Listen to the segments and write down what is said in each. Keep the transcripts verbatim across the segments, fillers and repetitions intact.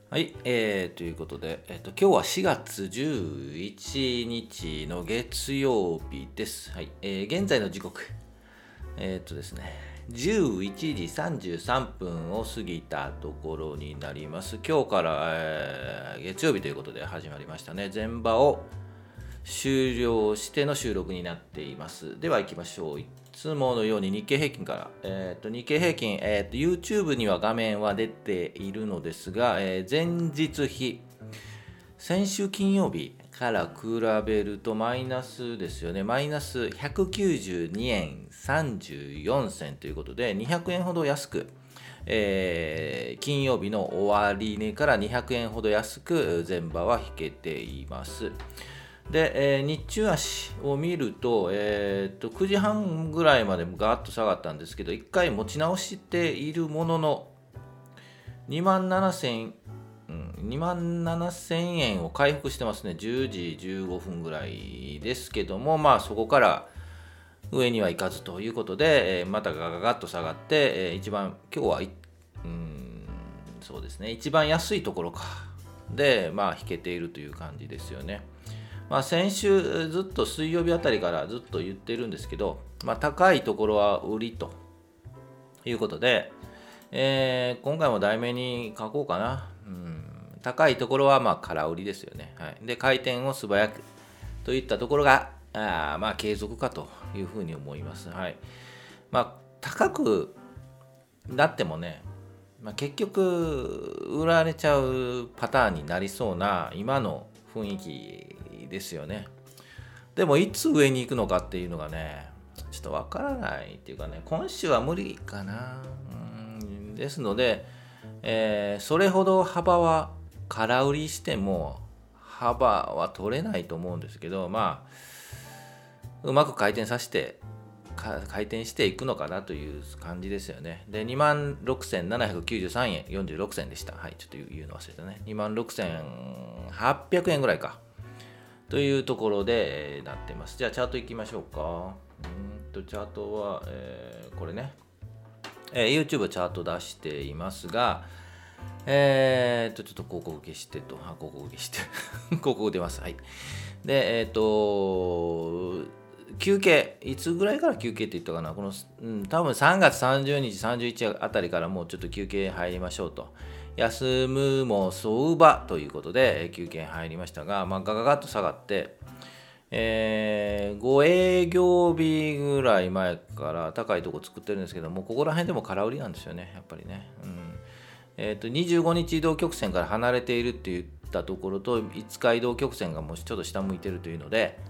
はい、えー、ということで、えーと、今日はしがつじゅういちにちの月曜日です。はい、えー、現在の時刻、えっ、ー、とですね、じゅういちじさんじゅうさんぷんを過ぎたところになります。今日から、えー、月曜日ということで始まりましたね。前場を終了しての収録になっています。では行きましょう。いつものように日経平均から、えー、と日経平均、えー、と YouTube には画面は出ているのですが、えー、前日比、先週金曜日から比べるとマイナスですよね。マイナスひゃくきゅうじゅうにえんさんじゅうよんせんということで、にひゃくえんほど安く、えー金曜日の終値からにひゃくえんほど安く前場は引けています。で、えー日中足を見ると、えーと、くじはんぐらいまでガーッと下がったんですけど、いっかい持ち直しているものの、にまんななせん、うん、にまんななせんえんを回復してますね。じゅうじじゅうごふんぐらいですけども、まあそこから上には行かずということで、えーまたガガガッと下がって、えー一番、今日はいうーん、そうですね、一番安いところか。で、まあ引けているという感じですよね。まあ、先週ずっと水曜日あたりからずっと言ってるんですけど、まあ、高いところは売りということで、えー今回も題名に書こうかな。うん、高いところはまあ空売りですよね。はい、で、回転を素早くといったところが、あまあ継続かというふうに思います。はい。まあ、高くなってもね、まあ、結局売られちゃうパターンになりそうな今の雰囲気ですよね。でもいつ上に行くのかっていうのがね、ちょっとわからないっていうかね、今週は無理かな。うんですので、えーそれほど幅は空売りしても幅は取れないと思うんですけど、まあ、うまく回転させて、か回転していくのかなという感じですよね。で、にまんろくせんななひゃくきゅうじゅうさんえんよんじゅうろくせんでした。はい、ちょっと言うの忘れたね。にまんろくせんはっぴゃくえんぐらいか。というところで、えーなってます。じゃあ、チャートいきましょうか。うーんと、チャートは、えーこれね、えー YouTube チャート出していますが、えーと、ちょっと広告消してと、あ、広告消して、広告出ます。はい。で、えっ、と、休憩、いつぐらいから休憩って言ったかな、この、うん、多分さんがつさんじゅうにち、さんじゅういちにちあたりからもうちょっと休憩入りましょうと。休むも相場ということで、えー休憩入りましたが、まあ、ガガガッと下がって、えー、ご営業日ぐらい前から高いとこ作ってるんですけども、ここら辺でも空売りなんですよね、やっぱりね。うんえー、とにじゅうごにち移動曲線から離れているって言ったところと、いつか移動曲線がもうちょっと下向いてるというので、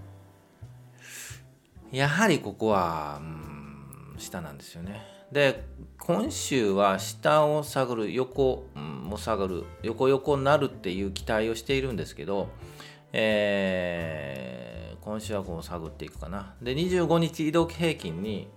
やはりここは、うん、下なんですよね。で、今週は下を探る、横、うん、も下がる、横横になるっていう期待をしているんですけど、えー今週はこう探っていくかな。で、にじゅうごにち移動平均に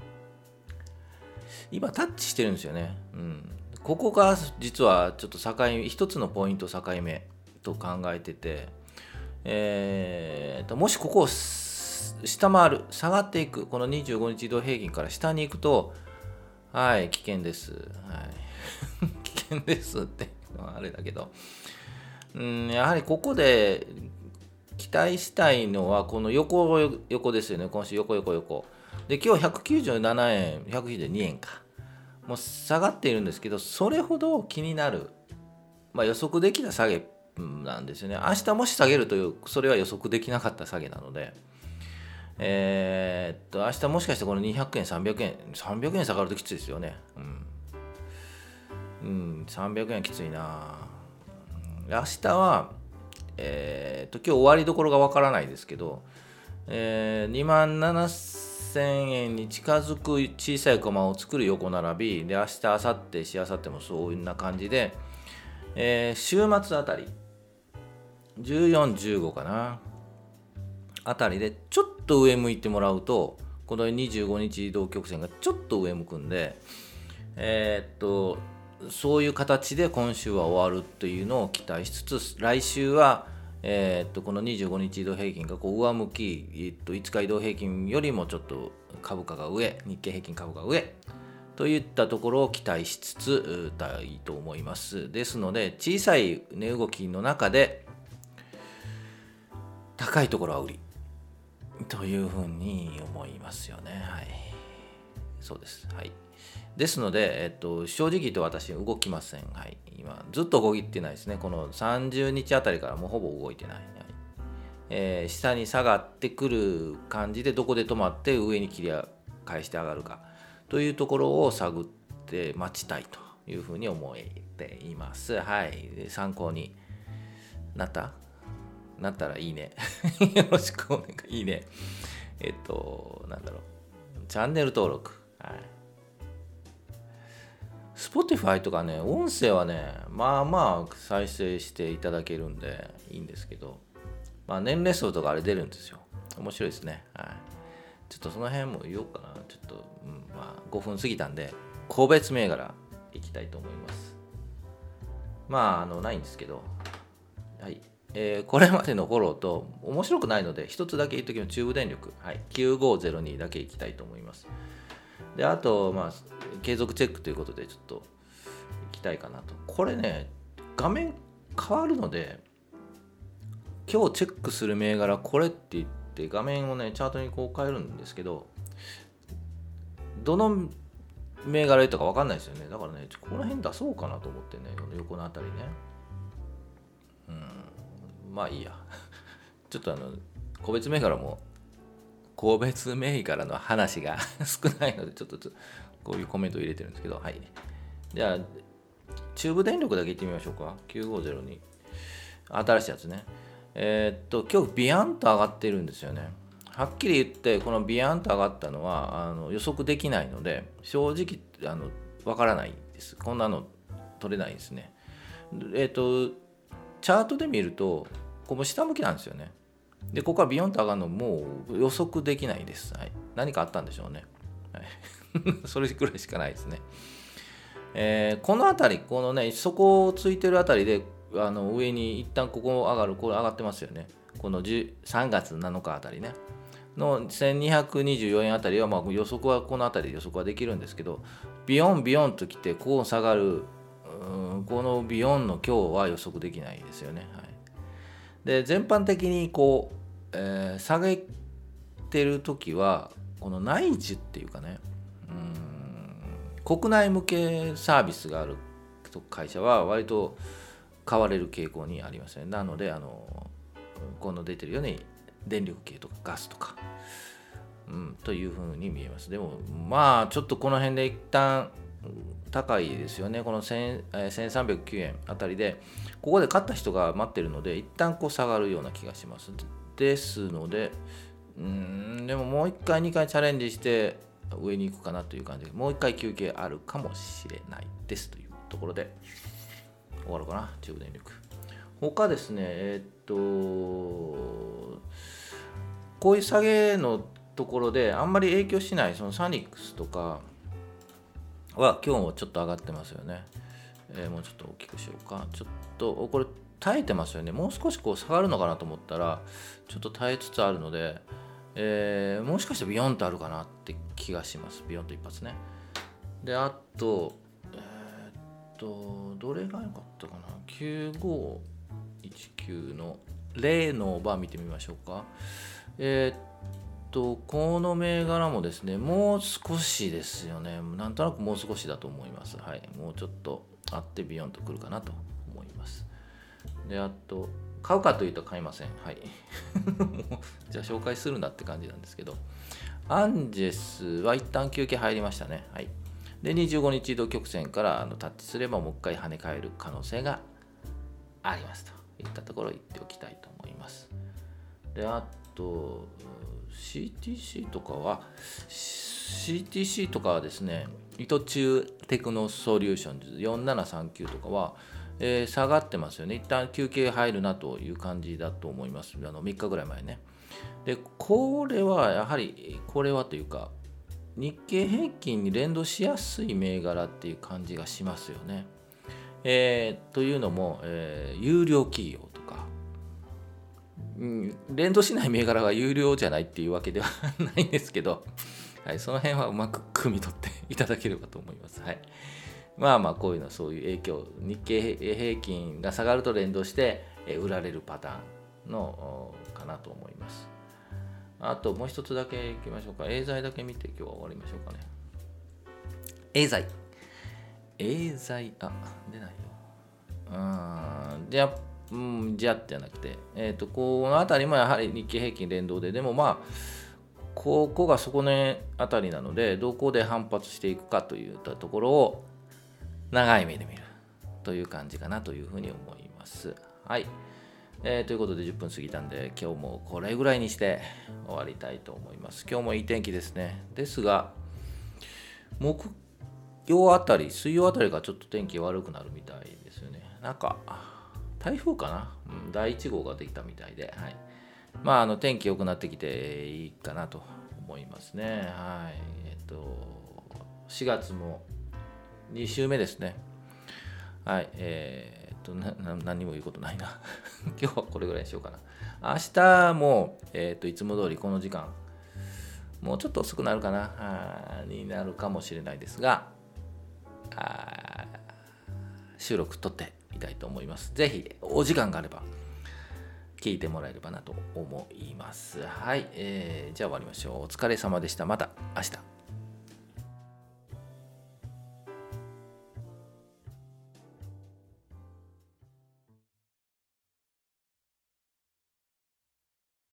今タッチしてるんですよね。うん、ここが実はちょっと境目、一つのポイント境目と考えてて、えーともしここを下回る、下がっていく、このにじゅうごにち移動平均から下に行くと、はい、危険です。はい、危険ですってあれだけど、うん、やはりここで期待したいのはこの横横ですよね。今週横横横で、今日ひゃくきゅうじゅうななえんひゃくきゅうじゅうにえんか、もう下がっているんですけど、それほど気になる、まあ、予測できた下げなんですよね。明日もし下げるという、それは予測できなかった下げなので、えーっと明日もしかしてこのにひゃくえんさんびゃくえんさんびゃくえん下がるときついですよね。うん、うん、さんびゃくえんきついな。明日はえー、と今日終わりどころがわからないですけど、えー、にまんななせんえんに近づく小さい駒を作る横並びで、明日明後日しあさってもそういうな感じで、えー週末あたりじゅうよん、じゅうごかなあたりでちょっと上向いてもらうと、このにじゅうごにち移動曲線がちょっと上向くんで、えーっとそういう形で今週は終わるというのを期待しつつ、来週は、えーっとこのにじゅうごにち移動平均がこう上向き、えーっといつか移動平均よりもちょっと株価が上、日経平均株価が上といったところを期待しつつたいと思います。ですので、小さい値動きの中で高いところは売りというふうに思いますよね。はい。そうです。はい。ですので、えっと、正直言って私動きません。はい。今、ずっと動いてないですね。このさんじゅうにちあたりからもうほぼ動いてない。はい。えー、下に下がってくる感じで、どこで止まって上に切り返して上がるかというところを探って待ちたいというふうに思っています。はい。参考になったなったらいいね。よろしくお願い。いいね。えっと、なんだろう。チャンネル登録。はい。Spotify とかね、音声はね、まあまあ再生していただけるんでいいんですけど、まあ年齢層とかあれ出るんですよ。面白いですね。はい。ちょっとその辺も言おうかな。ちょっと、うん、まあごふん過ぎたんで、個別銘柄いきたいと思います。まあ、あの、ないんですけど、はい。えー、これまでのフォローと面白くないので、一つだけ言っときます。中部電力、はい、きゅうごゼロにだけいきたいと思います。で、あと、まあ、継続チェックということで、ちょっといきたいかなと。これね、画面変わるので、今日チェックする銘柄、これって言って、画面をね、チャートにこう変えるんですけど、どの銘柄とか分かんないですよね。だからね、この辺出そうかなと思ってね、この横のあたりね。うん、まあいいや。ちょっとあの、個別銘柄も、個別銘柄の話が少ないので、ちょっとこういうコメントを入れてるんですけど、はい。じゃあ、中部電力だけいってみましょうか。きゅうごゼロに。新しいやつね。えー、っと、今日ビヤンと上がってるんですよね。はっきり言って、このビヤンと上がったのはあの予測できないので、正直あのわからないです。こんなの取れないですね。えー、っと、チャートで見ると、ここ下向きなんですよね。で、ここからビヨンと上がるのもう予測できないです。はい、何かあったんでしょうね。はい、それくらいしかないですね。えー、このあたり、このね、底をついてるあたりで、あの上に一旦ここ上がる、これ上がってますよね。このさんがつなのかあたりね。のせんにひゃくにじゅうよえんあたりは、まあ、予測はこのあたりで予測はできるんですけど、ビヨンビヨンときて、こう下がる、うんこのビヨンの今日は予測できないですよね。はい、で、全般的にこう、えー、下げてるときは、この内需っていうかね、うん国内向けサービスがある会社は割と買われる傾向にありますね。なので、あのこの出てるように電力系とかガスとか、うん、というふうに見えます。でもまあちょっとこの辺で一旦高いですよね。このせんさんびゃくきゅうえんあたりでここで買った人が待ってるので一旦こう下がるような気がします。ですので、うーんでももう一回にかいチャレンジして上に行くかなという感じで、もう一回休憩あるかもしれないですというところで終わるかな。中部電力他ですね、えー、っとこういう下げのところであんまり影響しないそのサニックスとかは今日もちょっと上がってますよね。えー、もうちょっと大きくしようか。ちょっとこれ耐えてますよね。もう少しこう下がるのかなと思ったらちょっと耐えつつあるので、えー、もしかしてビヨンとあるかなって気がします。ビヨンと一発ね。で、あと、えー、っと、どれが良かったかな。きゅうごいちきゅうの例のバー見てみましょうか。えー、っと、この銘柄もですね、もう少しですよね。なんとなくもう少しだと思います。はい。もうちょっとあってビヨンとくるかなと思います。で、あと、買うかというと買いません。はい。じゃあ紹介するんだって感じなんですけど、アンジェスは一旦休憩入りましたね。はい。で、にじゅうごにち移動曲線からあのタッチすればもう一回跳ね返る可能性がありますといったところを言っておきたいと思います。で、あと、シーティーシー とかは、シーティーシー とかはですね、伊藤忠テクノソリューションズよんななさんきゅうとかは、えー、下がってますよね。一旦休憩入るなという感じだと思います。あのみっかぐらい前ね。で、これはやはり、これはというか、日経平均に連動しやすい銘柄っていう感じがしますよね。えー、というのも、えー、有料企業とか、うん、連動しない銘柄が有料じゃないっていうわけではないんですけど、 はい、その辺はうまく汲み取っていただければと思います。はい。まあまあ、こういうのはそういう影響、日経平均が下がると連動して売られるパターンのかなと思います。あともう一つだけいきましょうか。エーザイだけ見て今日は終わりましょうかね。エーザイ。エーザイ、あ、出ないよ。うーん、じゃ、うん、じゃじゃなくて、えっと、このあたりもやはり日経平均連動で、でもまあ、ここが底根あたりなので、どこで反発していくかといったところを長い目で見るという感じかなというふうに思います。はい。えー、ということでじゅっぷん過ぎたんで、今日もこれぐらいにして終わりたいと思います。今日もいい天気ですね。ですが、木曜あたり、水曜あたりがちょっと天気悪くなるみたいですよね。なんか、台風かな、うん、だいいち号ができたみたいで、はい。まあ、あの天気良くなってきていいかなと思いますね。はい。えっと、しがつもに週目ですね。はい。えー、っとなな、何にも言うことないな。今日はこれぐらいにしようかな。明日も、えー、っといつも通りこの時間、もうちょっと遅くなるかな、になるかもしれないですが、あ収録撮ってみたいと思います。ぜひお時間があれば聞いてもらえればなと思います。はい、えー、じゃあ終わりましょう。お疲れ様でした。また明日。